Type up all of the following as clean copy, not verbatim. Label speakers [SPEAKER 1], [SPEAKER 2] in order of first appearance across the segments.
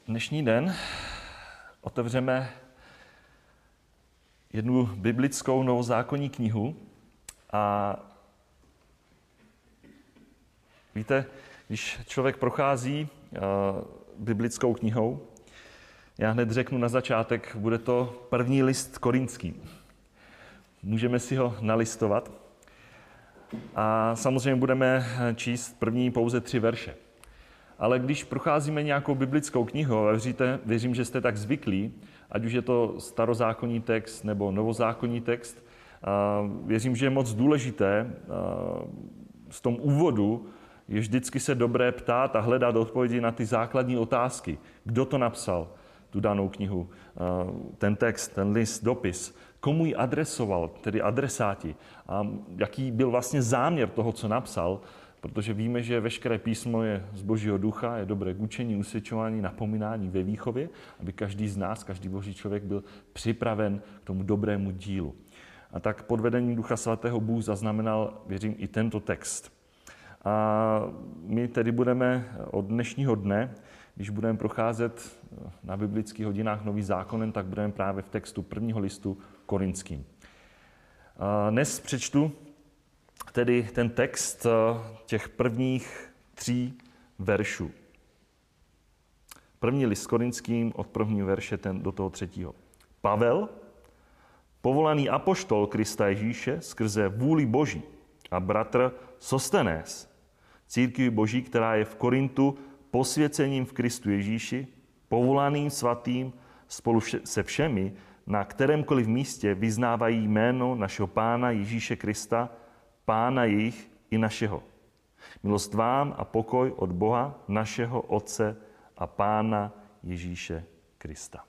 [SPEAKER 1] Dnešní den otevřeme jednu biblickou novozákonní knihu a víte, když člověk prochází biblickou knihou, já hned řeknu na začátek, bude to první list Korinským. Můžeme si ho nalistovat a samozřejmě budeme číst první pouze 3 verše. Ale když procházíme nějakou biblickou knihu, a věřím, že jste tak zvyklí, ať už je to starozákonní text nebo novozákonní text, věřím, že je moc důležité v tom úvodu je vždycky se dobré ptát a hledat odpovědi na ty základní otázky. Kdo to napsal, tu danou knihu, ten text, ten list, dopis, komu ji adresoval, tedy adresáti, a jaký byl vlastně záměr toho, co napsal, protože víme, že veškeré písmo je z Božího ducha, je dobré k učení, usvědčování, napomínání ve výchově, aby každý z nás, každý Boží člověk byl připraven k tomu dobrému dílu. A tak pod vedením Ducha Svatého Bůh zaznamenal, věřím, i tento text. A my tedy budeme od dnešního dne, když budeme procházet na biblických hodinách Nový zákonem, tak budeme právě v textu prvního listu Korinským. Dnes přečtu tedy ten text těch prvních 3 veršů. První list Korinským od prvního verše do toho 3. Pavel, povolaný apoštol Krista Ježíše skrze vůli Boží a bratr Sostenés, církvi Boží, která je v Korintu posvěcením v Kristu Ježíši, povolaným svatým spolu se všemi, na kterémkoliv místě vyznávají jméno našeho Pána Ježíše Krista, Pána jejich i našeho. Milost vám a pokoj od Boha, našeho Otce a Pána Ježíše Krista.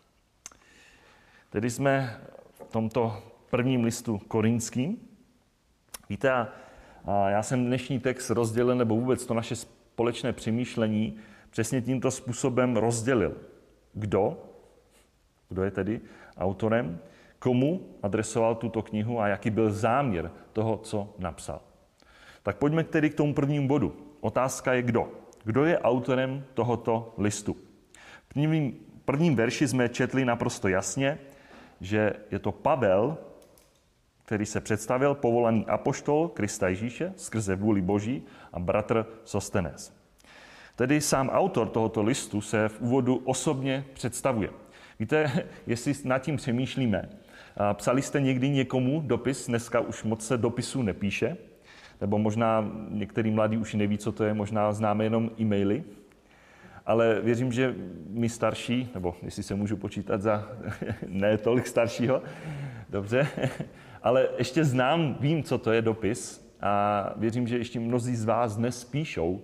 [SPEAKER 1] Tedy jsme v tomto prvním listu Korinským. Víte, a já jsem dnešní text rozdělil, nebo vůbec to naše společné přemýšlení přesně tímto způsobem rozdělil. Kdo je tedy autorem, komu adresoval tuto knihu a jaký byl záměr toho, co napsal. Tak pojďme tedy k tomu prvnímu bodu. Otázka je kdo. Kdo je autorem tohoto listu? V prvním verši jsme četli naprosto jasně, že je to Pavel, který se představil, povolaný apoštol Krista Ježíše skrze vůli Boží a bratr Sostenés. Tedy sám autor tohoto listu se v úvodu osobně představuje. Víte, jestli nad tím přemýšlíme, psali jste někdy někomu dopis, dneska už moc se dopisů nepíše, nebo možná některý mladí už neví, co to je, možná známe jenom e-maily, ale věřím, že my starší, nebo jestli se můžu počítat za ne tolik staršího, dobře, ale ještě vím, co to je dopis a věřím, že ještě mnozí z vás dnes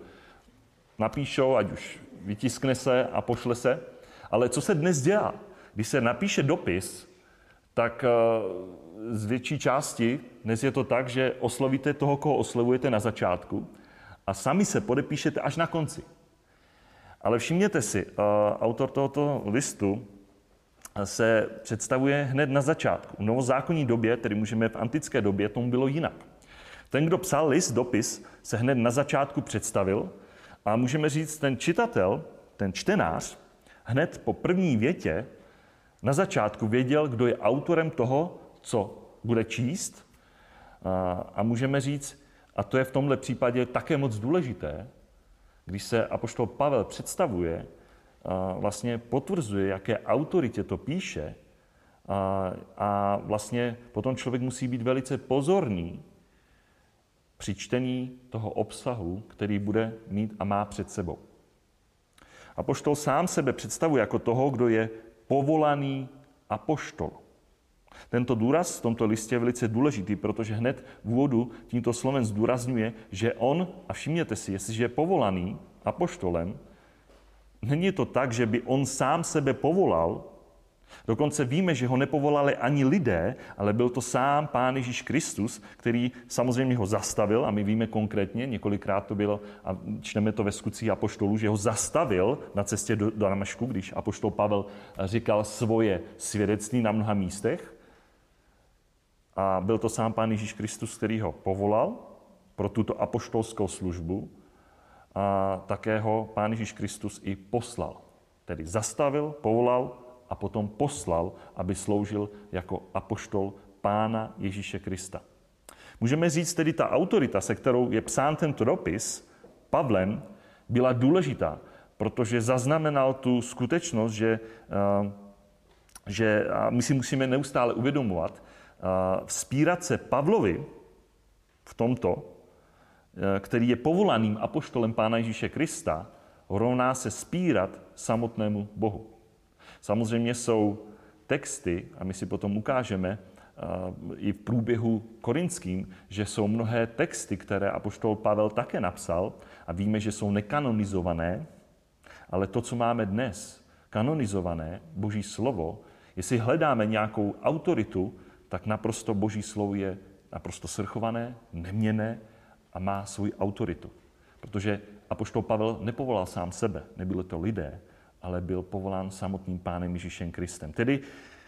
[SPEAKER 1] napíšou, ať už vytiskne se a pošle se, ale co se dnes dělá? Když se napíše dopis, tak z větší části dnes je to tak, že oslovíte toho, koho oslovujete na začátku a sami se podepíšete až na konci. Ale všimněte si, autor tohoto listu se představuje hned na začátku. V novozákonní době, tedy můžeme v antické době, tomu bylo jinak. Ten, kdo psal dopis, se hned na začátku představil a můžeme říct, ten čitatel, ten čtenář, hned po první větě na začátku věděl, kdo je autorem toho, co bude číst. A můžeme říct, a to je v tomhle případě také moc důležité, když se apoštol Pavel představuje, vlastně potvrzuje, jaké autoritě to píše, a vlastně potom člověk musí být velice pozorný při čtení toho obsahu, který bude mít a má před sebou. Apoštol sám sebe představuje jako toho, kdo je povolaný apoštol. Tento důraz v tomto listě je velice důležitý, protože hned v úvodu tímto slovem zdůrazňuje, že on, a všimněte si, jestliže je povolaný apoštolem, není to tak, že by on sám sebe povolal, dokonce víme, že ho nepovolali ani lidé, ale byl to sám Pán Ježíš Kristus, který samozřejmě ho zastavil, a my víme konkrétně, několikrát to bylo, a čteme to ve Skutcích apoštolů, že ho zastavil na cestě do Damašku, když apoštol Pavel říkal svoje svědectví na mnoha místech. A byl to sám Pán Ježíš Kristus, který ho povolal pro tuto apoštolskou službu, a také ho Pán Ježíš Kristus i poslal. Tedy zastavil, povolal a potom poslal, aby sloužil jako apoštol Pána Ježíše Krista. Můžeme říct tedy, ta autorita, se kterou je psán tento dopis Pavlem, byla důležitá, protože zaznamenal tu skutečnost, že my si musíme neustále uvědomovat, vzpírat se Pavlovi v tomto, který je povolaným apoštolem Pána Ježíše Krista, rovná se vzpírat samotnému Bohu. Samozřejmě jsou texty, a my si potom ukážeme i v průběhu korinským, že jsou mnohé texty, které apoštol Pavel také napsal a víme, že jsou nekanonizované, ale to, co máme dnes, kanonizované, Boží slovo, jestli hledáme nějakou autoritu, tak naprosto Boží slovo je naprosto svrchované, neměnné a má svou autoritu. Protože apoštol Pavel nepovolal sám sebe, nebyli to lidé, ale byl povolán samotným Pánem Ježíšem Kristem. Tedy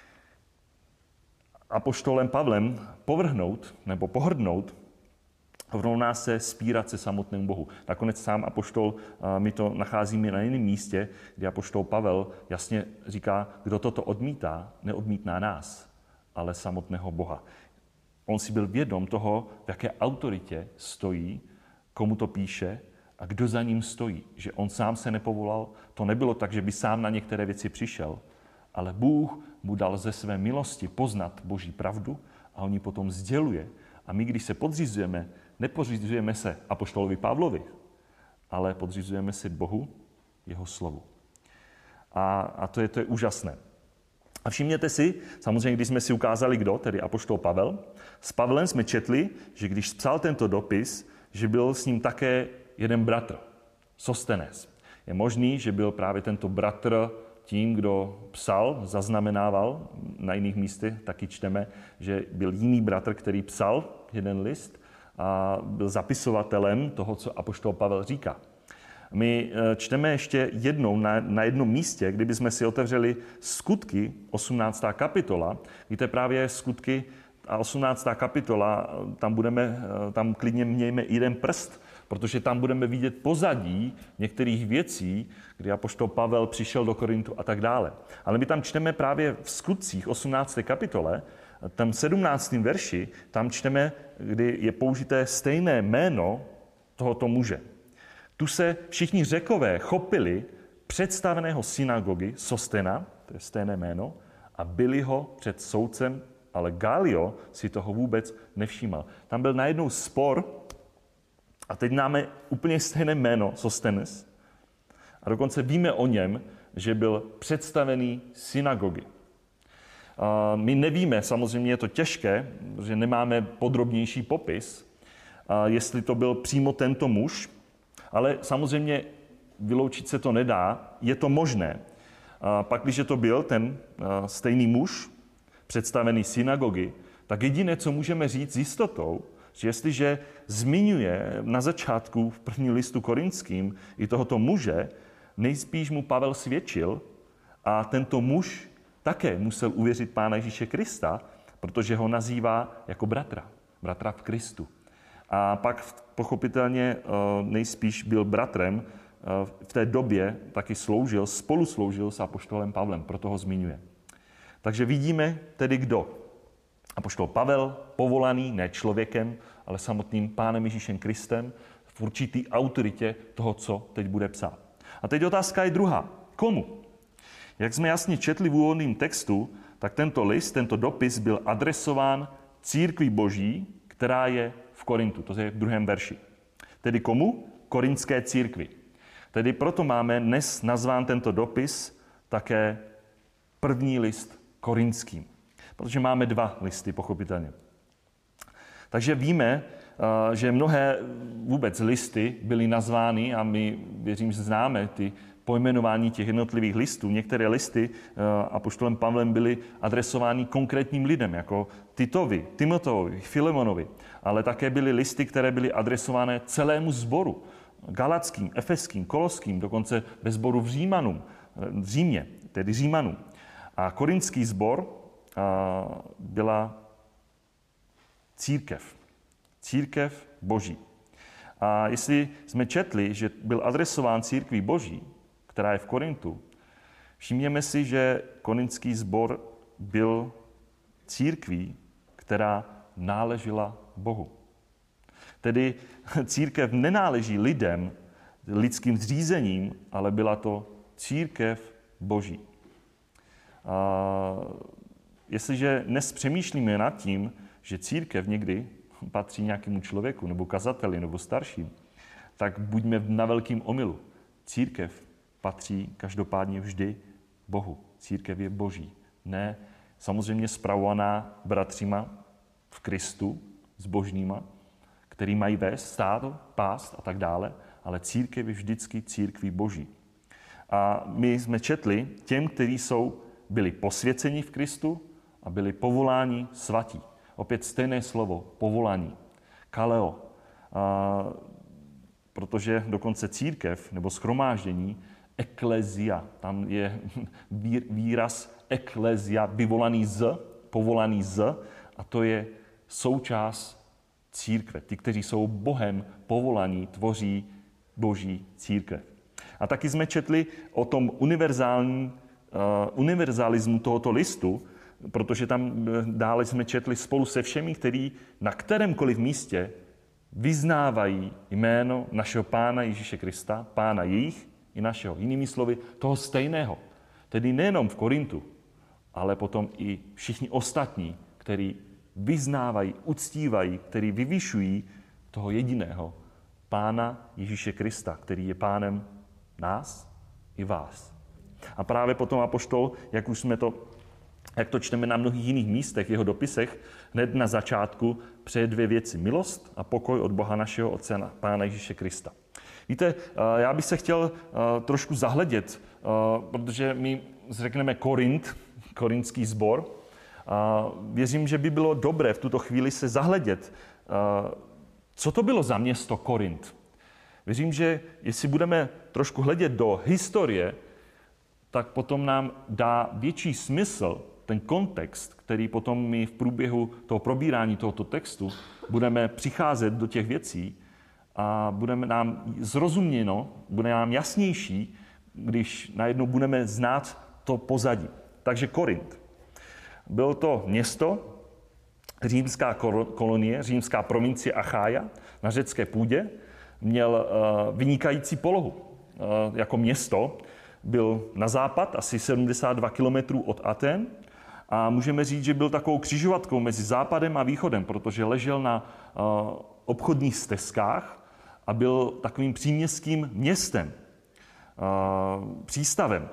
[SPEAKER 1] apoštolem Pavlem povrhnout nebo pohrdnout rovná se vzpírat se samotnému Bohu. Nakonec sám apoštol, my to nacházíme na jiném místě, kde apoštol Pavel jasně říká, kdo toto odmítá, neodmítná nás, ale samotného Boha. On si byl vědom toho, v jaké autoritě stojí, komu to píše a kdo za ním stojí. Že on sám se nepovolal, to nebylo tak, že by sám na některé věci přišel, ale Bůh mu dal ze své milosti poznat Boží pravdu a on ji potom sděluje. A my, když se podřizujeme, nepodřizujeme se apoštolovi Pavlovi, ale podřizujeme se Bohu, jeho slovu. A to je úžasné. A všimněte si, samozřejmě, když jsme si ukázali, kdo, tedy apoštol Pavel, s Pavlem jsme četli, že když psal tento dopis, že byl s ním také jeden bratr, Sostenes. Je možný, že byl právě tento bratr tím, kdo psal, zaznamenával, na jiných místech taky čteme, že byl jiný bratr, který psal jeden list a byl zapisovatelem toho, co apoštol Pavel říká. My čteme ještě jednou na jednom místě, kdybychom si otevřeli Skutky, 18. kapitola. Víte, právě Skutky a 18. kapitola, tam klidně mějme jeden prst, protože tam budeme vidět pozadí některých věcí, kdy apoštol Pavel přišel do Korintu a tak dále. Ale my tam čteme právě v Skutcích 18. kapitole, tam 17. verši, tam čteme, kdy je použité stejné jméno tohoto muže. Tu se všichni Řekové chopili představeného synagogy Sostena, to je stejné jméno, a byli ho před soudcem, ale Galio si toho vůbec nevšímal. Tam byl najednou spor a teď máme úplně stejné jméno Sostenes a dokonce víme o něm, že byl představený synagogy. My nevíme, samozřejmě je to těžké, protože nemáme podrobnější popis, jestli to byl přímo tento muž, ale samozřejmě vyloučit se to nedá, je to možné. Pak, když to byl ten stejný muž, představený synagogy, tak jediné, co můžeme říct s jistotou, že jestliže zmiňuje na začátku v první listu korinským i tohoto muže, nejspíš mu Pavel svědčil a tento muž také musel uvěřit Pána Ježíše Krista, protože ho nazývá jako bratra v Kristu. A pak pochopitelně nejspíš byl bratrem, v té době taky spolu sloužil s apoštolem Pavlem, proto ho zmiňuje. Takže vidíme tedy kdo. Apoštol Pavel, povolaný ne člověkem, ale samotným Pánem Ježíšem Kristem v určitý autoritě toho, co teď bude psát. A teď otázka je druhá. Komu? Jak jsme jasně četli v úvodním textu, tak tento list, tento dopis byl adresován církvi Boží, která je v Korintu, to je v 2. verši. Tedy komu? Korintské církvi. Tedy proto máme dnes nazván tento dopis také první list korinským. Protože máme 2 listy, pochopitelně. Takže víme, že mnohé vůbec listy byly nazvány a my, věřím, že známe ty pojmenování těch jednotlivých listů. Některé listy apoštolem Pavlem byly adresovány konkrétním lidem, jako Titovi, Timoteovi, Filemonovi, ale také byly listy, které byly adresované celému sboru, galackým, efeským, koloským, dokonce ve sboru v Římě, tedy Římanům. A korinský sbor byla církev Boží. A jestli jsme četli, že byl adresován církvi Boží, která je v Korintu, Všimněme si, že korinský sbor byl církví, která náležela Bohu. Tedy církev nenáleží lidem, lidským zřízením, ale byla to církev Boží. A jestliže dnes přemýšlíme nad tím, že církev někdy patří nějakému člověku, nebo kazateli, nebo starším, tak buďme na velkým omylu. Církev patří každopádně vždy Bohu. Církev je Boží. Ne samozřejmě spravovaná bratřima v Kristu, zbožnýma, který mají vést, stát, pást a tak dále, ale církev je vždycky církví Boží. A my jsme četli těm, kteří byli posvěceni v Kristu a byli povoláni svatí. Opět stejné slovo, povolání, kaleo. Protože dokonce církev nebo shromáždění, eklezia, tam je výraz eklezia, povolaný z, a to je součást církve. Ty, kteří jsou Bohem povolaní, tvoří Boží církev. A taky jsme četli o tom univerzalismu tohoto listu, protože tam dále jsme četli spolu se všemi, kteří na kterémkoliv místě vyznávají jméno našeho Pána Ježíše Krista, Pána jejich i našeho. Jinými slovy, toho stejného. Tedy nejenom v Korintu, ale potom i všichni ostatní, kteří vyznávají, uctívají, kteří vyvyšují toho jediného Pána Ježíše Krista, který je Pánem nás i vás. A právě potom apoštol, jak to čteme na mnohých jiných místech v jeho dopisech, hned na začátku přeje dvě věci. Milost a pokoj od Boha našeho Otce a Pána Ježíše Krista. Víte, já bych se chtěl trošku zahledět, protože my řekneme korintský sbor. Věřím, že by bylo dobré v tuto chvíli se zahledět, co to bylo za město Korint. Věřím, že jestli budeme trošku hledět do historie, tak potom nám dá větší smysl ten kontext, který potom my v průběhu toho probírání tohoto textu budeme přicházet do těch věcí a budeme nám zrozuměno, bude nám jasnější, když najednou budeme znát to pozadí. Takže Korint. Bylo to město, římská kolonie, římská provincie Achája na řecké půdě, měl vynikající polohu. Jako město byl na západ asi 72 kilometrů od Aten a můžeme říct, že byl takovou křižovatkou mezi západem a východem, protože ležel na obchodních stezkách a byl takovým příměstským městem, přístavem.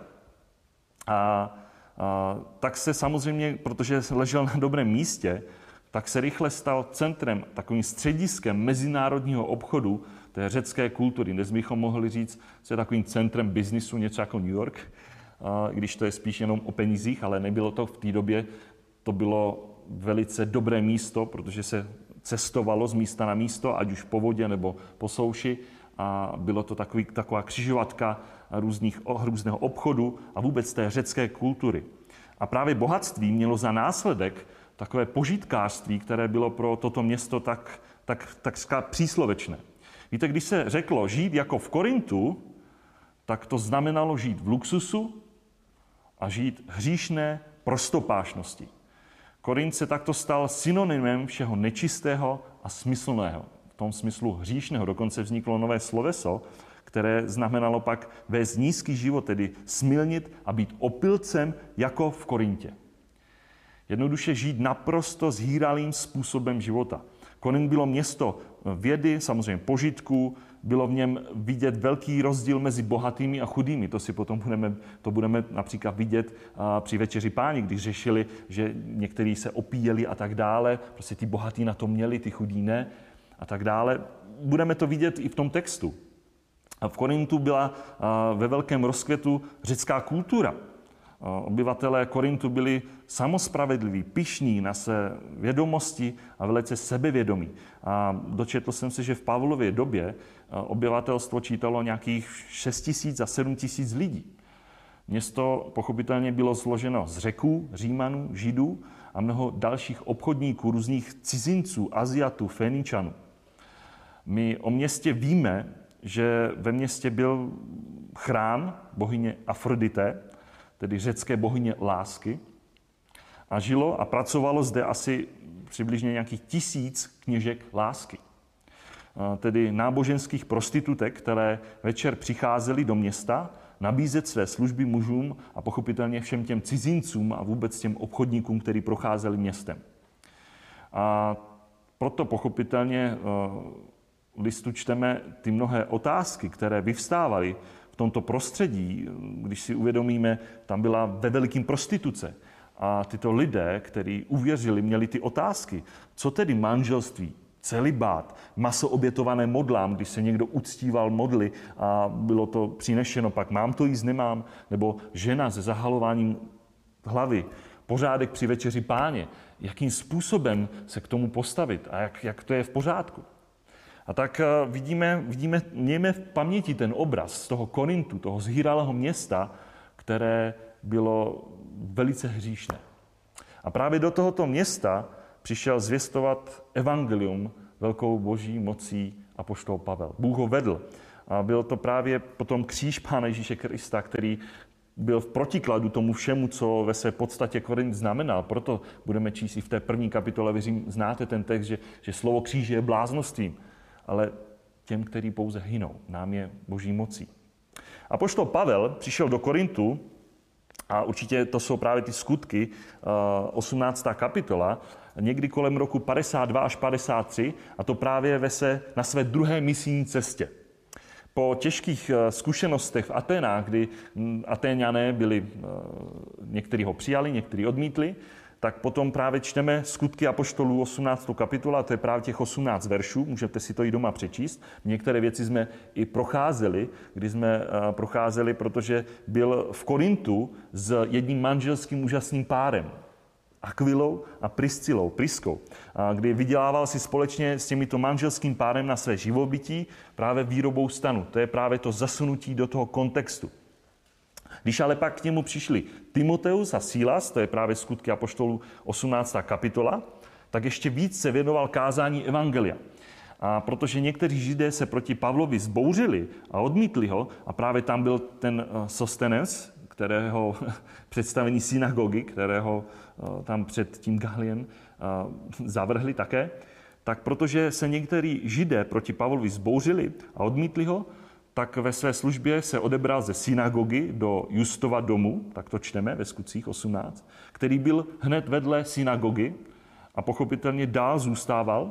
[SPEAKER 1] Tak se samozřejmě, protože ležel na dobrém místě, tak se rychle stal centrem, takovým střediskem mezinárodního obchodu té řecké kultury. Dnes bychom mohli říct, že je takovým centrem biznisu, něco jako New York, když to je spíš jenom o penězích, ale nebylo to v té době. To bylo velice dobré místo, protože se cestovalo z místa na místo, ať už po vodě nebo po souši. A bylo to taková křižovatka různého obchodu a vůbec té řecké kultury. A právě bohatství mělo za následek takové požitkářství, které bylo pro toto město tak příslovečné. Víte, když se řeklo žít jako v Korintu, tak to znamenalo žít v luxusu a žít hříšné prostopášnosti. Korint se takto stal synonymem všeho nečistého a smyslného. V tom smyslu hříšného. Dokonce vzniklo nové sloveso, které znamenalo pak vést nízký život, tedy smilnit a být opilcem jako v Korintě. Jednoduše žít naprosto zhýralým způsobem života. Korint bylo město vědy, samozřejmě požitků, bylo v něm vidět velký rozdíl mezi bohatými a chudými. To budeme například vidět při Večeři Páni, když řešili, že někteří se opíjeli a tak dále. Prostě ty bohatí na to měli, ty chudí ne a tak dále. Budeme to vidět i v tom textu. A v Korintu byla ve velkém rozkvětu řecká kultura. Obyvatelé Korintu byli samospravedliví, pyšní na své vědomosti a velice sebevědomí. A dočetl jsem se, že v Pavlově době obyvatelstvo čítalo nějakých 6 000 a 7 000 lidí. Město pochopitelně bylo složeno z Řeků, Římanů, Židů a mnoho dalších obchodníků, různých cizinců, Aziatů, Féničanů. My o městě víme, že ve městě byl chrám bohyně Afrodité, tedy řecké bohyně lásky. A žilo a pracovalo zde asi přibližně nějakých 1000 kněžek lásky. Tedy náboženských prostitutek, které večer přicházely do města nabízet své služby mužům a pochopitelně všem těm cizincům a vůbec těm obchodníkům, kteří procházeli městem. A proto pochopitelně v listu čteme ty mnohé otázky, které vyvstávaly v tomto prostředí. Když si uvědomíme, tam byla ve velikým prostituce. A tyto lidé, kteří uvěřili, měli ty otázky. Co tedy manželství, celibát, maso obětované modlám, když se někdo uctíval modly a bylo to přinešeno, pak mám to jíst, nemám, nebo žena se zahalováním hlavy, pořádek při večeři Páně, jakým způsobem se k tomu postavit a jak to je v pořádku. A tak mějme v paměti ten obraz z toho Korintu, toho zhýralého města, které bylo velice hříšné. A právě do tohoto města přišel zvěstovat evangelium velkou boží mocí apoštol Pavel. Bůh ho vedl. A byl to právě potom kříž Pána Ježíše Krista, který byl v protikladu tomu všemu, co ve své podstatě Korint znamenal. Proto budeme číst i v té první kapitole, věřím, znáte ten text, že slovo kříže je bláznostvím, ale těm, kteří pouze hynou, nám je boží mocí. Apoštol Pavel přišel do Korintu, a určitě to jsou právě ty skutky, 18. kapitola, někdy kolem roku 52 až 53, a to právě na své druhé misijní cestě. Po těžkých zkušenostech v Aténách, kdy Atéňané byli, někteří ho přijali, někteří odmítli, tak potom právě čteme skutky apoštolů 18. kapitola, to je právě těch 18 veršů, můžete si to i doma přečíst. Některé věci jsme i procházeli, protože byl v Korintu s jedním manželským úžasným párem, Akvilou a Priskou, kdy vydělával si společně s těmito manželským párem na své živobytí právě výrobou stanu. To je právě to zasunutí do toho kontextu. Když ale pak k němu přišli Timoteus a Silas, to je právě skutky apoštolů 18. kapitola, tak ještě víc se věnoval kázání evangelia. A protože někteří Židé se proti Pavlovi zbouřili a odmítli ho, a právě tam byl ten Sostenes, kterého představení synagogy, kterého tam před tím Galiem zavrhli také, tak protože se někteří Židé proti Pavlovi zbouřili a odmítli ho, tak ve své službě se odebral ze synagogy do Justova domu, tak to čteme ve skutcích 18, který byl hned vedle synagogy a pochopitelně dál zůstával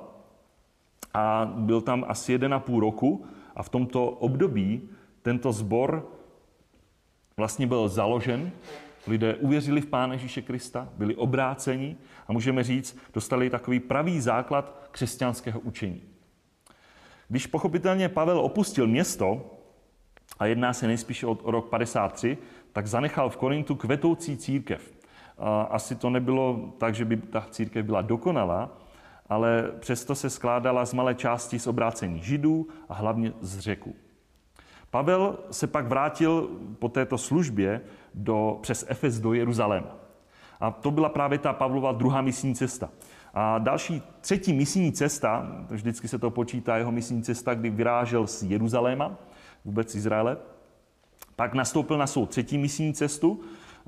[SPEAKER 1] a byl tam asi 1,5 roku a v tomto období tento sbor vlastně byl založen, lidé uvěřili v Pána Ježíše Krista, byli obráceni a můžeme říct, dostali takový pravý základ křesťanského učení. Když pochopitelně Pavel opustil město, a jedná se nejspíše o rok 53, tak zanechal v Korintu kvetoucí církev. Asi to nebylo tak, že by ta církev byla dokonalá, ale přesto se skládala z malé části z obrácení Židů a hlavně z Řeků. Pavel se pak vrátil po této službě přes Efes do Jeruzaléma. A to byla právě ta Pavlova druhá misijní cesta. A další třetí misijní cesta, vždycky se to počítá jeho misijní cesta, kdy vyrážel z Jeruzaléma, vůbec z Izraele, pak nastoupil na svou třetí misijní cestu,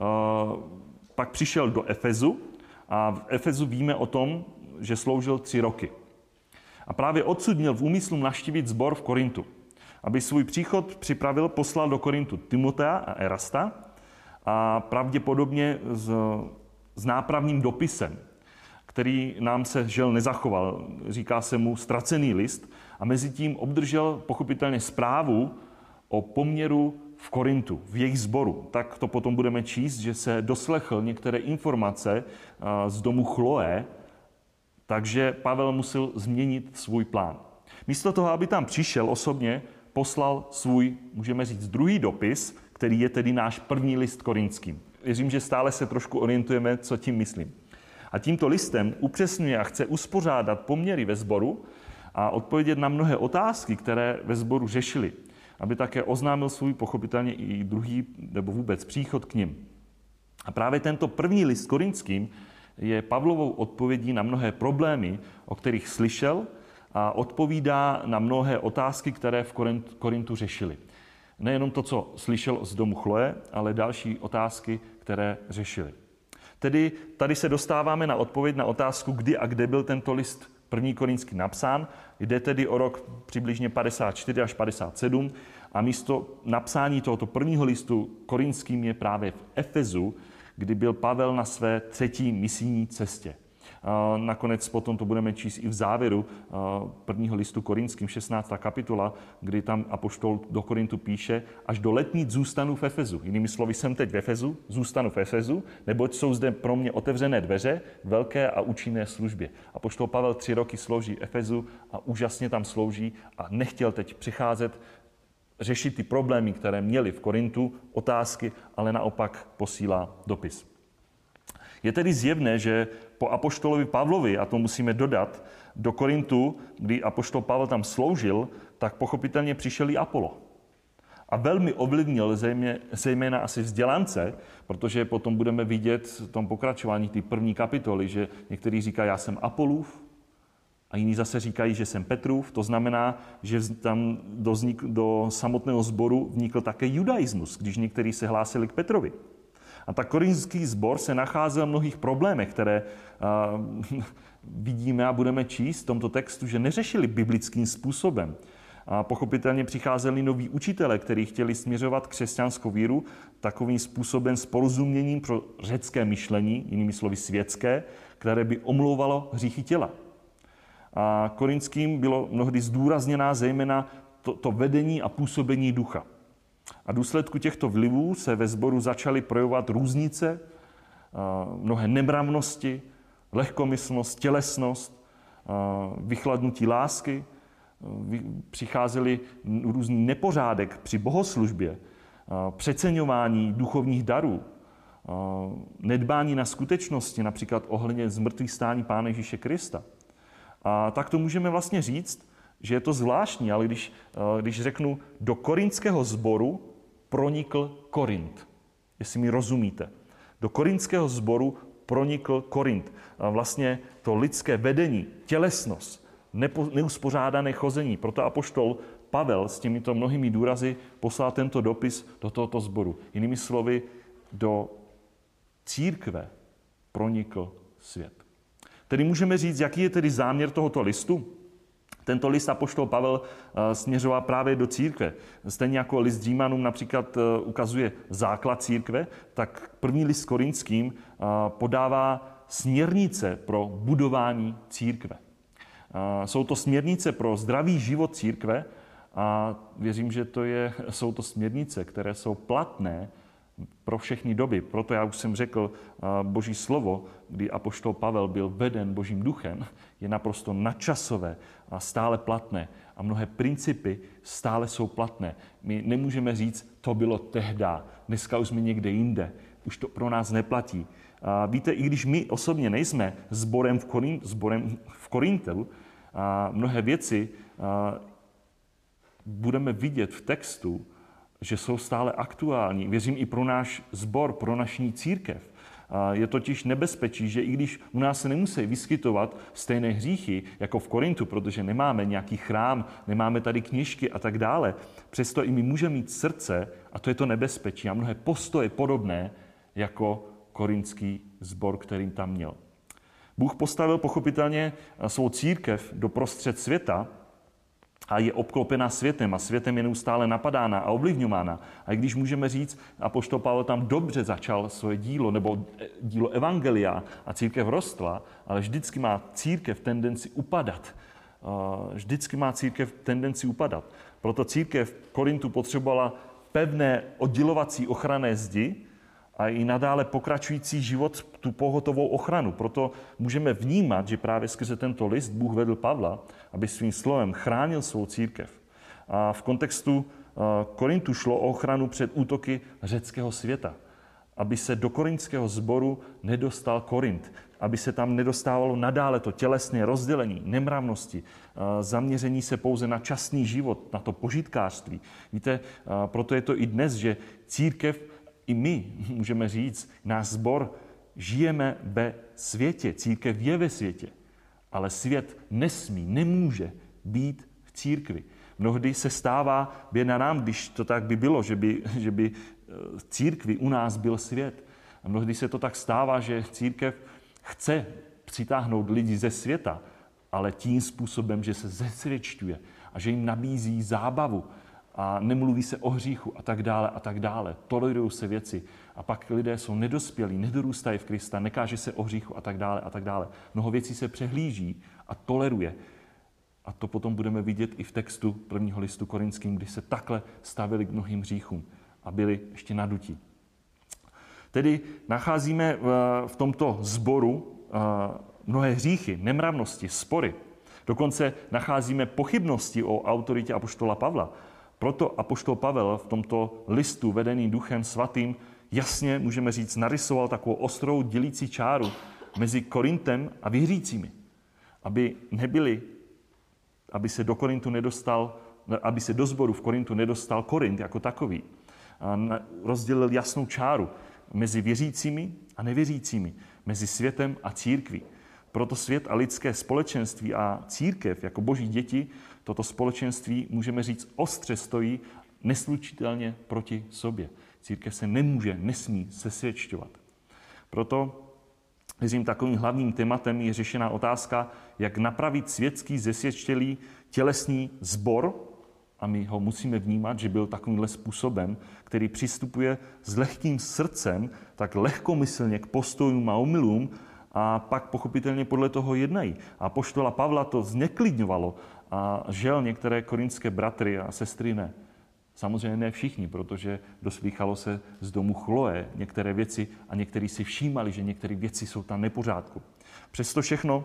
[SPEAKER 1] pak přišel do Efezu a v Efezu víme o tom, že sloužil 3 roky. A právě odsud měl v úmyslu navštívit sbor v Korintu. Aby svůj příchod připravil, poslal do Korintu Timotea a Erasta a pravděpodobně s nápravným dopisem, který nám se žel nezachoval. Říká se mu ztracený list a mezi tím obdržel pochopitelně zprávu o poměru v Korintu, v jejich sboru. Tak to potom budeme číst, že se doslechl některé informace z domu Chloé, takže Pavel musel změnit svůj plán. Místo toho, aby tam přišel osobně, poslal svůj, můžeme říct, druhý dopis, který je tedy náš první list korinským. Věřím, že stále se trošku orientujeme, co tím myslím. A tímto listem upřesňuje a chce uspořádat poměry ve sboru a odpovědět na mnohé otázky, které ve sboru řešili, aby také oznámil svůj pochopitelně i druhý nebo vůbec příchod k nim. A právě tento první list korinským je Pavlovou odpovědí na mnohé problémy, o kterých slyšel, a odpovídá na mnohé otázky, které v Korintu řešili. Nejenom to, co slyšel z domu Chloe, ale další otázky, které řešili. Tedy tady se dostáváme na odpověď na otázku, kdy a kde byl tento list 1. Korinský napsán. Jde tedy o rok přibližně 54 až 57 a místo napsání tohoto prvního listu korinským je právě v Efezu, kdy byl Pavel na své 3. misijní cestě. Nakonec potom to budeme číst i v závěru prvního listu Korinským, 16. kapitola, kdy tam apoštol do Korintu píše, až do letnic zůstanu v Efezu. Jinými slovy, jsem teď v Efezu, zůstanu v Efezu, neboť jsou zde pro mě otevřené dveře, velké a účinné službě. Apoštol Pavel 3 roky slouží v Efezu a úžasně tam slouží a nechtěl teď přicházet, řešit ty problémy, které měli v Korintu, otázky, ale naopak posílá dopis. Je tedy zjevné, že po apoštolovi Pavlovi, a to musíme dodat, do Korintu, kdy apoštol Pavel tam sloužil, tak pochopitelně přišel i Apollo. A velmi ovlivnil zejména asi vzdělance, protože potom budeme vidět v tom pokračování té první kapitoly, že někteří říkají, já jsem Apollův, a jiní zase říkají, že jsem Petrův. To znamená, že tam do samotného sboru vnikl také judaismus, když někteří se hlásili k Petrovi. A tak korinský sbor se nacházel v mnohých problémech, které vidíme a budeme číst v tomto textu, že neřešili biblickým způsobem. A pochopitelně přicházeli noví učitelé, kteří chtěli směřovat křesťanskou víru takovým způsobem s porozuměním pro řecké myšlení, jinými slovy světské, které by omlouvalo hříchy těla. A korinským bylo mnohdy zdůrazněná zejména to vedení a působení ducha. A v důsledku těchto vlivů se ve sboru začaly projevovat různice, mnohé nemravnosti, lehkomyslnost, tělesnost, vychladnutí lásky, přicházely různý nepořádek při bohoslužbě, přeceňování duchovních darů, nedbání na skutečnosti, například ohledně zmrtvýchvstání Pána Ježíše Krista. A tak to můžeme vlastně říct, že je to zvláštní, ale když řeknu, do korinského sboru pronikl Korint. Jestli mi rozumíte. Do korinského sboru pronikl Korint. A vlastně to lidské vedení, tělesnost, neuspořádané chození. Proto apoštol Pavel s těmito mnohými důrazy poslal tento dopis do tohoto sboru. Jinými slovy, do církve pronikl svět. Tedy můžeme říct, jaký je tedy záměr tohoto listu? Tento list apoštol Pavel směřoval právě do církve. Stejně jako list Římanům například ukazuje základ církve, tak první list Korinským podává směrnice pro budování církve. Jsou to směrnice pro zdravý život církve a věřím, že jsou to směrnice, které jsou platné pro všechny doby. Proto já už jsem řekl, Boží slovo, kdy apoštol Pavel byl veden Božím duchem, je naprosto nadčasové a stále platné. A mnohé principy stále jsou platné. My nemůžeme říct, to bylo tehda, dneska už jsme někde jinde, už to pro nás neplatí. A víte, i když my osobně nejsme sborem v Korintu, mnohé věci budeme vidět v textu, že jsou stále aktuální. Věřím i pro náš sbor, pro naši církev. Je totiž nebezpečí, že i když u nás se nemusí vyskytovat stejné hříchy jako v Korintu, protože nemáme nějaký chrám, nemáme tady knížky a tak dále, přesto i my můžeme mít srdce, a to je to nebezpečí, a mnohé postoje podobné jako korinský sbor, který tam měl. Bůh postavil pochopitelně svou církev do prostřed světa, a je obklopená světem a světem je neustále napadána a ovlivňována. A i když můžeme říct, apoštol Pavel tam dobře začal svoje dílo, nebo dílo evangelia a církev rostla, ale vždycky má církev tendenci upadat. Proto církev v Korintu potřebovala pevné oddělovací ochranné zdi a i nadále pokračující život tu pohotovou ochranu. Proto můžeme vnímat, že právě skrze tento list Bůh vedl Pavla, aby svým slovem chránil svou církev. A v kontextu Korintu šlo o ochranu před útoky řeckého světa. Aby se do korinského sboru nedostal Korint. Aby se tam nedostávalo nadále to tělesné rozdělení, nemravnosti, zaměření se pouze na časný život, na to požitkářství. Víte, proto je to i dnes, že církev, i my, můžeme říct, náš sbor, žijeme ve světě, církev je ve světě, ale svět nemůže být v církvi. Mnohdy se stává běda nám, když to tak by bylo, že by v církvi u nás byl svět. A mnohdy se to tak stává, že církev chce přitáhnout lidi ze světa, ale tím způsobem, že se zesvědčuje a že jim nabízí zábavu a nemluví se o hříchu a tak dále a tak dále. Tolerují se věci a pak lidé jsou nedospělí, nedorůstají v Krista, nekáže se o hříchu a tak dále a tak dále. Mnoho věcí se přehlíží a toleruje. A to potom budeme vidět i v textu prvního listu Korinským, kdy se takhle stavili k mnohým hříchům a byli ještě nadutí. Tedy nacházíme v tomto sboru mnohé hříchy, nemravnosti, spory. Dokonce nacházíme pochybnosti o autoritě apoštola Pavla. Proto apoštol Pavel v tomto listu vedený Duchem Svatým jasně, můžeme říct, narysoval takovou ostrou dělící čáru mezi Korintem a věřícími. Aby se do sboru v Korintu nedostal Korint jako takový. A rozdělil jasnou čáru mezi věřícími a nevěřícími, mezi světem a církví. Proto svět a lidské společenství a církev jako boží děti, toto společenství, můžeme říct, ostře stojí neslučitelně proti sobě. Církev se nesmí sesvědčovat. Proto věřím, takovým hlavním tématem je řešená otázka, jak napravit světský zesvědčilý tělesný sbor, a my ho musíme vnímat, že byl takovýmhle způsobem, který přistupuje s lehkým srdcem, tak lehkomyslně k postojům a omylům a pak pochopitelně podle toho jednají. A apoštola Pavla to zneklidňovalo a žel některé korinské bratry a sestry ne. Samozřejmě ne všichni, protože doslýchalo se z domu Chloe některé věci a někteří si všímali, že některé věci jsou tam nepořádku. Přesto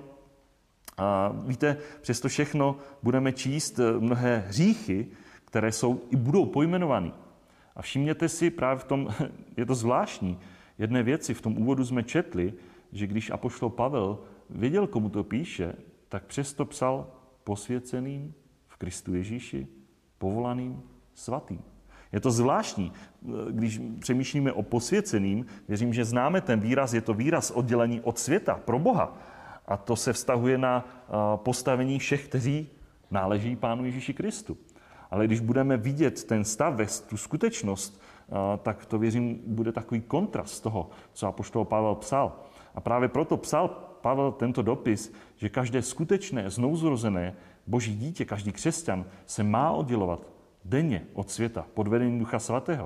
[SPEAKER 1] všechno budeme číst mnohé hříchy, které jsou i budou pojmenovány. A všimněte si, právě v tom, je to zvláštní, jedné věci, v tom úvodu jsme četli, že když apoštol Pavel věděl, komu to píše, tak přesto psal posvěceným v Kristu Ježíši, povolaným svatým. Je to zvláštní, když přemýšlíme o posvěceným, věřím, že známe ten výraz, je to výraz oddělení od světa, pro Boha. A to se vztahuje na postavení všech, kteří náleží Pánu Ježíši Kristu. Ale když budeme vidět ten stav, tu skutečnost, tak to, věřím, bude takový kontrast toho, co apoštol Pavel psal. A právě proto psal Pavel tento dopis, že každé skutečné, znovuzrozené boží dítě, každý křesťan se má oddělovat denně od světa pod vedením Ducha Svatého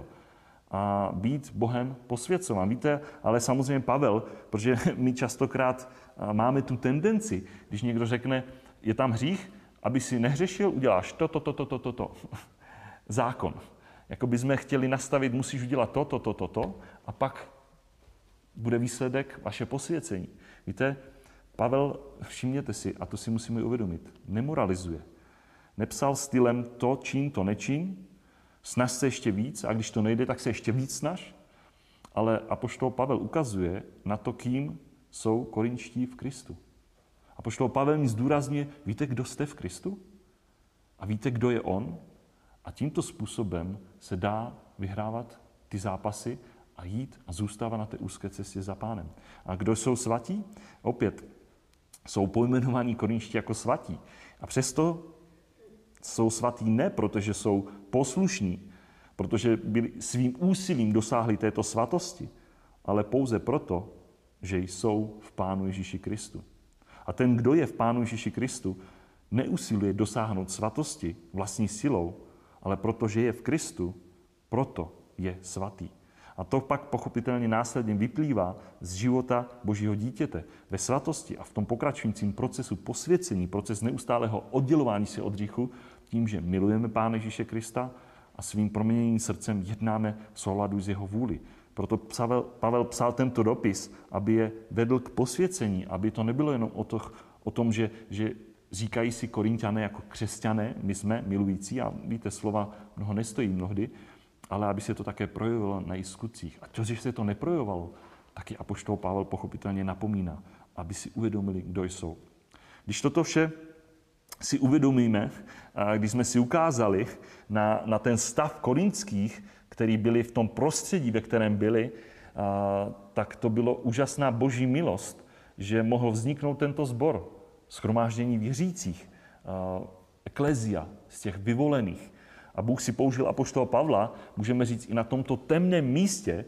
[SPEAKER 1] a být Bohem posvěcován. Víte, ale samozřejmě Pavel, protože my častokrát máme tu tendenci, když někdo řekne, je tam hřích, aby si nehřešil, uděláš to. Zákon. Jako by jsme chtěli nastavit, musíš udělat to a pak bude výsledek vaše posvěcení. Víte, Pavel, všimněte si, a to si musíme uvědomit, nemoralizuje. Nepsal stylem to čin, to nečin, snaž se ještě víc a když to nejde, tak se ještě víc snaž. Ale apoštol Pavel ukazuje na to, kým jsou korinští v Kristu. Apoštol Pavel mi zdůrazňuje, víte, kdo jste v Kristu? A víte, kdo je on? A tímto způsobem se dá vyhrávat ty zápasy a jít a zůstávat na té úzké cestě za Pánem. A kdo jsou svatí? Opět jsou pojmenovaní korinští jako svatí. A přesto jsou svatí ne, protože jsou poslušní, protože byli svým úsilím dosáhli této svatosti, ale pouze proto, že jsou v Pánu Ježíši Kristu. A ten, kdo je v Pánu Ježíši Kristu, neusiluje dosáhnout svatosti vlastní silou, ale protože je v Kristu, proto je svatý. A to pak pochopitelně následně vyplývá z života Božího dítěte ve svatosti a v tom pokračujícím procesu posvěcení, proces neustálého oddělování se od hříchu, tím, že milujeme Pána Ježíše Krista a svým proměněným srdcem jednáme v souladu s jeho vůli. Proto Pavel psal tento dopis, aby je vedl k posvěcení, aby to nebylo jenom o tom, že říkají si Korinťané jako křesťané, my jsme milující a víte, slova mnoho nestojí mnohdy, ale aby se to také projevilo na jejich skutcích. A to, že se to neprojevovalo, taky apoštol Pavel pochopitelně napomíná, aby si uvědomili, kdo jsou. Když toto vše si uvědomíme, když jsme si ukázali na ten stav korinských, který byli v tom prostředí, ve kterém byli, tak to bylo úžasná boží milost, že mohl vzniknout tento sbor, shromáždění věřících, eklezia, z těch vyvolených. A Bůh si použil apoštola Pavla, můžeme říct, i na tomto temném místě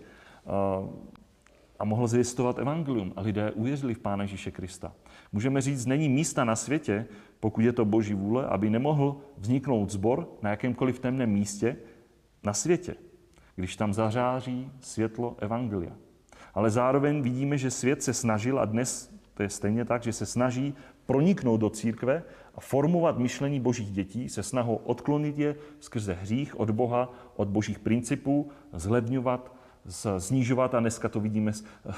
[SPEAKER 1] a mohl zvěstovat evangelium. A lidé uvěřili v Pána Ježíše Krista. Můžeme říct, není místa na světě, pokud je to Boží vůle, aby nemohl vzniknout sbor na jakémkoliv temném místě na světě, když tam zařáří světlo evangelia. Ale zároveň vidíme, že svět se snažil, a dnes to je stejně tak, že se snaží proniknout do církve a formovat myšlení božích dětí se snahou odklonit je skrze hřích od Boha, od božích principů, zlevňovat, snižovat, a dneska to vidíme,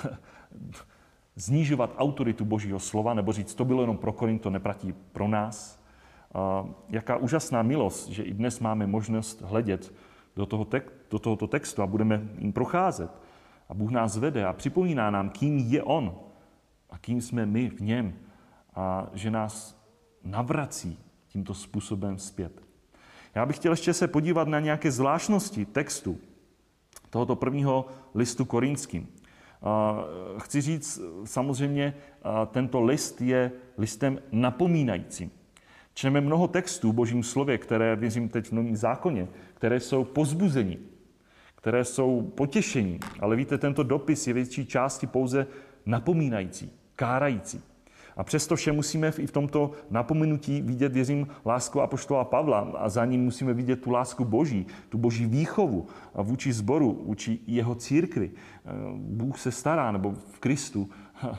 [SPEAKER 1] snižovat autoritu božího slova, nebo říct, to bylo jenom pro Korint, to neplatí pro nás. Jaká úžasná milost, že i dnes máme možnost hledět do tohoto textu a budeme jim procházet. A Bůh nás vede a připomíná nám, kým je On a kým jsme my v něm. A že nás navrací tímto způsobem zpět. Já bych chtěl ještě se podívat na nějaké zvláštnosti textu tohoto prvního listu Korinským. Chci říct, samozřejmě tento list je listem napomínajícím. Čteme mnoho textů v Božím slově, které, věřím teď v Novém zákoně, které jsou povzbuzení, které jsou potěšení. Ale víte, tento dopis je větší části pouze napomínající, kárající. A přesto vše musíme i v tomto napomenutí vidět, věřím, lásku apoštola Pavla a za ním musíme vidět tu lásku Boží, tu Boží výchovu vůči sboru, vůči jeho církvi. Bůh se stará, nebo v Kristu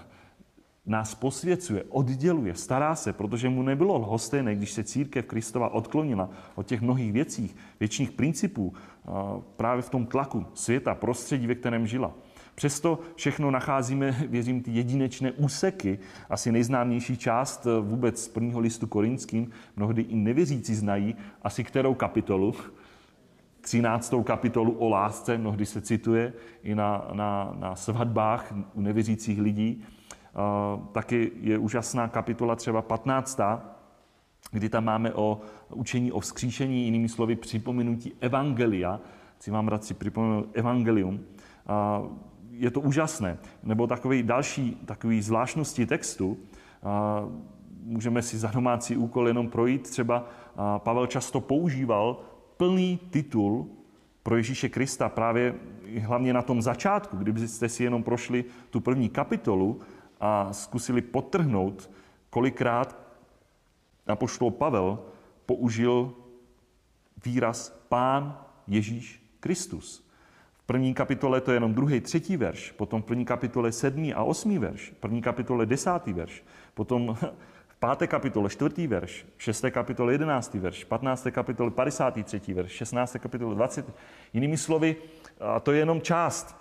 [SPEAKER 1] nás posvěcuje, odděluje, stará se, protože mu nebylo lhostejné, když se církev Kristova odklonila od těch mnohých věcí, věčných principů, právě v tom tlaku světa, prostředí, ve kterém žila. Přesto všechno nacházíme, věřím, ty jedinečné úseky, asi nejznámější část vůbec prvního listu Korinským, mnohdy i nevěřící znají, asi kterou kapitolu, 13. kapitolu o lásce, mnohdy se cituje i na svatbách u nevěřících lidí. Taky je úžasná kapitola třeba 15., kdy tam máme o učení o vzkříšení, jinými slovy připomenutí evangelia. Chci vám rád si připomenout evangelium. Je to úžasné. Nebo takový zvláštnosti textu. Můžeme si za domácí úkol jenom projít. Třeba Pavel často používal plný titul pro Ježíše Krista právě hlavně na tom začátku. Kdybyste si jenom prošli tu první kapitolu a zkusili podtrhnout, kolikrát apoštol Pavel použil výraz Pán Ježíš Kristus. V první kapitole to je jenom 2., 3. verš, potom v první kapitole 7. a 8. verš, v první kapitole 10. verš, potom v 5. kapitole 4. verš, v 6. kapitole 11. verš, v 15. kapitole 53. verš, v 16. kapitole 20. Jinými slovy, to je jenom část.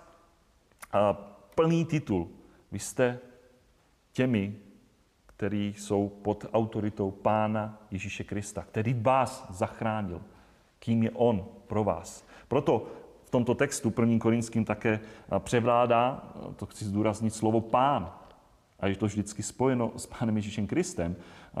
[SPEAKER 1] Plný titul. Vy jste těmi, kteří jsou pod autoritou Pána Ježíše Krista, který vás zachránil. Kým je On pro vás. Proto v tomto textu 1. Korinským také převládá, to chci zdůraznit, slovo Pán. A je to vždycky spojeno s Pánem Ježíšem Kristem.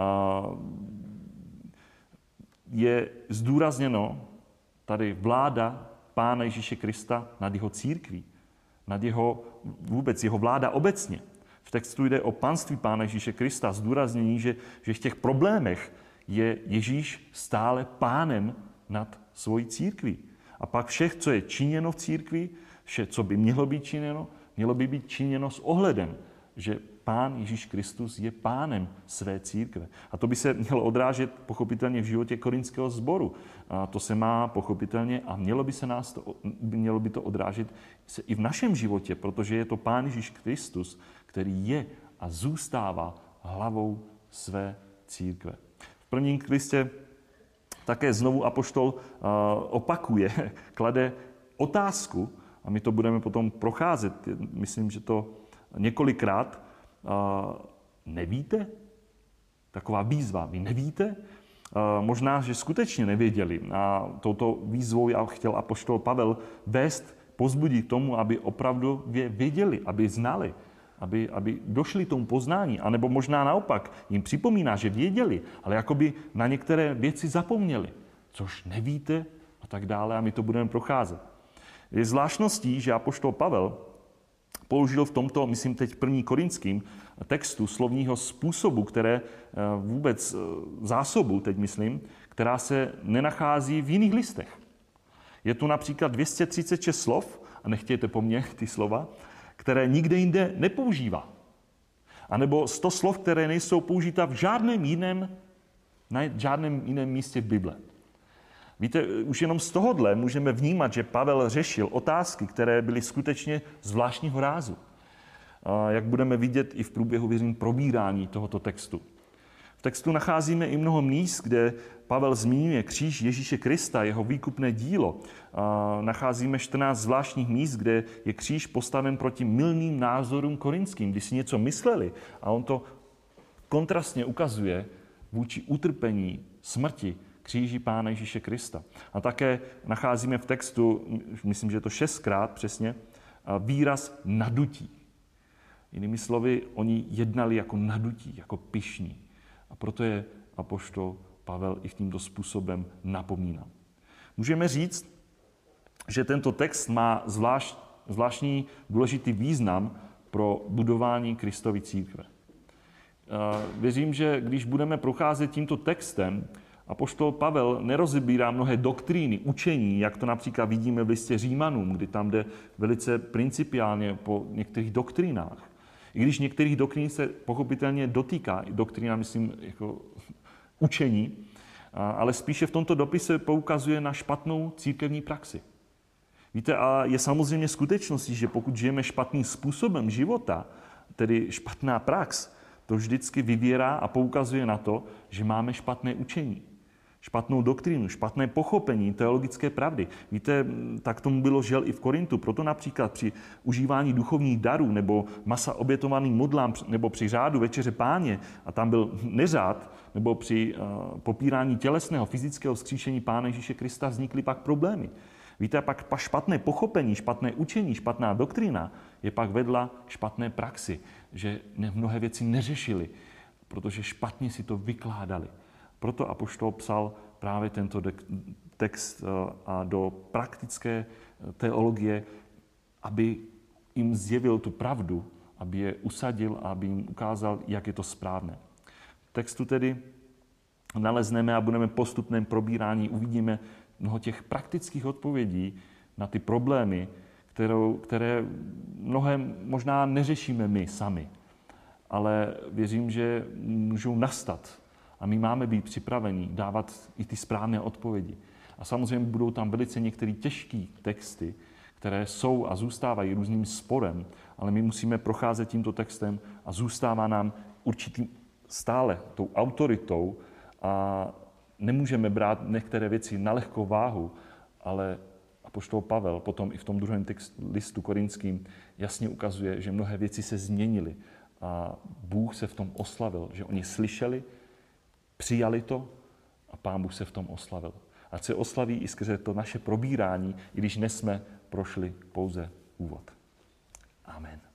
[SPEAKER 1] Je zdůrazněno tady vláda Pána Ježíše Krista nad jeho církví, nad jeho vláda obecně. V textu jde o panství Pána Ježíše Krista, zdůraznění, že v těch problémech je Ježíš stále pánem nad svojí církví. A pak vše, co je činěno v církvi, vše, co by mělo by být činěno s ohledem, že Pán Ježíš Kristus je pánem své církve. A to by se mělo odrážet pochopitelně v životě korinského sboru. A to se má pochopitelně a mělo by to odrážet se i v našem životě, protože je to Pán Ježíš Kristus, který je a zůstává hlavou své církve. V prvním listě také znovu apoštol opakuje, klade otázku, a my to budeme potom procházet, myslím, že to několikrát. Nevíte? Taková výzva. Vy nevíte? Možná, že skutečně nevěděli. A touto výzvou já chtěl apoštol Pavel vést, pozbudit tomu, aby opravdu věděli, aby znali, aby došli tomu poznání. A nebo možná naopak jim připomíná, že věděli, ale jakoby na některé věci zapomněli. Což nevíte a tak dále. A my to budeme procházet. Je zvláštností, že apoštol Pavel použil v tomto, myslím teď 1. Korinským textu, slovního způsobu, které vůbec zásobu, teď myslím, která se nenachází v jiných listech. Je tu například 236 slov, a nechtějte po mně ty slova, které nikde jinde nepoužívá. A nebo 100 slov, které nejsou použita v na žádném jiném místě v Bible. Víte, už jenom z tohohle můžeme vnímat, že Pavel řešil otázky, které byly skutečně zvláštního rázu. Jak budeme vidět i v průběhu probírání tohoto textu. V textu nacházíme i mnoho míst, kde Pavel zmiňuje kříž Ježíše Krista, jeho výkupné dílo. Nacházíme 14 zvláštních míst, kde je kříž postaven proti mylným názorům korinským, když si něco mysleli. A on to kontrastně ukazuje vůči utrpení, smrti, kříži Pána Ježíše Krista. A také nacházíme v textu, myslím, že je to 6krát přesně, výraz nadutí. Jinými slovy, oni jednali jako nadutí, jako pyšní. A proto je apoštol Pavel i tímto způsobem napomíná. Můžeme říct, že tento text má zvláštní důležitý význam pro budování Kristovy církve. Věřím, že když budeme procházet tímto textem, apoštol Pavel nerozebírá mnohé doktríny, učení, jak to například vidíme v listě Římanům, kdy tam jde velice principiálně po některých doktrínách. I když některých doktrín se pochopitelně dotýká, doktrína, myslím, jako učení, ale spíše v tomto dopise poukazuje na špatnou církevní praxi. Víte, a je samozřejmě skutečností, že pokud žijeme špatným způsobem života, tedy špatná prax, to vždycky vyvěrá a poukazuje na to, že máme špatné učení, špatnou doktrínu, špatné pochopení teologické pravdy. Víte, tak tomu bylo žel i v Korintu. Proto například při užívání duchovních darů nebo masa obětovaným modlám nebo při řádu Večeře Páně, a tam byl neřád, nebo při popírání tělesného fyzického vzkříšení Pána Ježíše Krista vznikly pak problémy. Víte, pak špatné pochopení, špatné učení, špatná doktrína je pak vedla špatné praxi, že mnohé věci neřešili, protože špatně si to vykládali. Proto apoštol psal právě tento text a do praktické teologie, aby jim zjevil tu pravdu, aby je usadil a aby jim ukázal, jak je to správné. V textu tedy nalezneme a budeme postupném probírání, uvidíme mnoho těch praktických odpovědí na ty problémy, které mnohé možná neřešíme my sami, ale věřím, že můžou nastat. A my máme být připraveni dávat i ty správné odpovědi. A samozřejmě budou tam velice některé těžké texty, které jsou a zůstávají různým sporem, ale my musíme procházet tímto textem a zůstává nám určitým stále tou autoritou a nemůžeme brát některé věci na lehkou váhu, ale apoštol Pavel potom i v tom druhém listu korinským jasně ukazuje, že mnohé věci se změnily a Bůh se v tom oslavil, že oni slyšeli, přijali to a Pán Bůh se v tom oslavil. Ať se oslaví i skrze to naše probírání, i když dnes jsme prošli pouze úvod. Amen.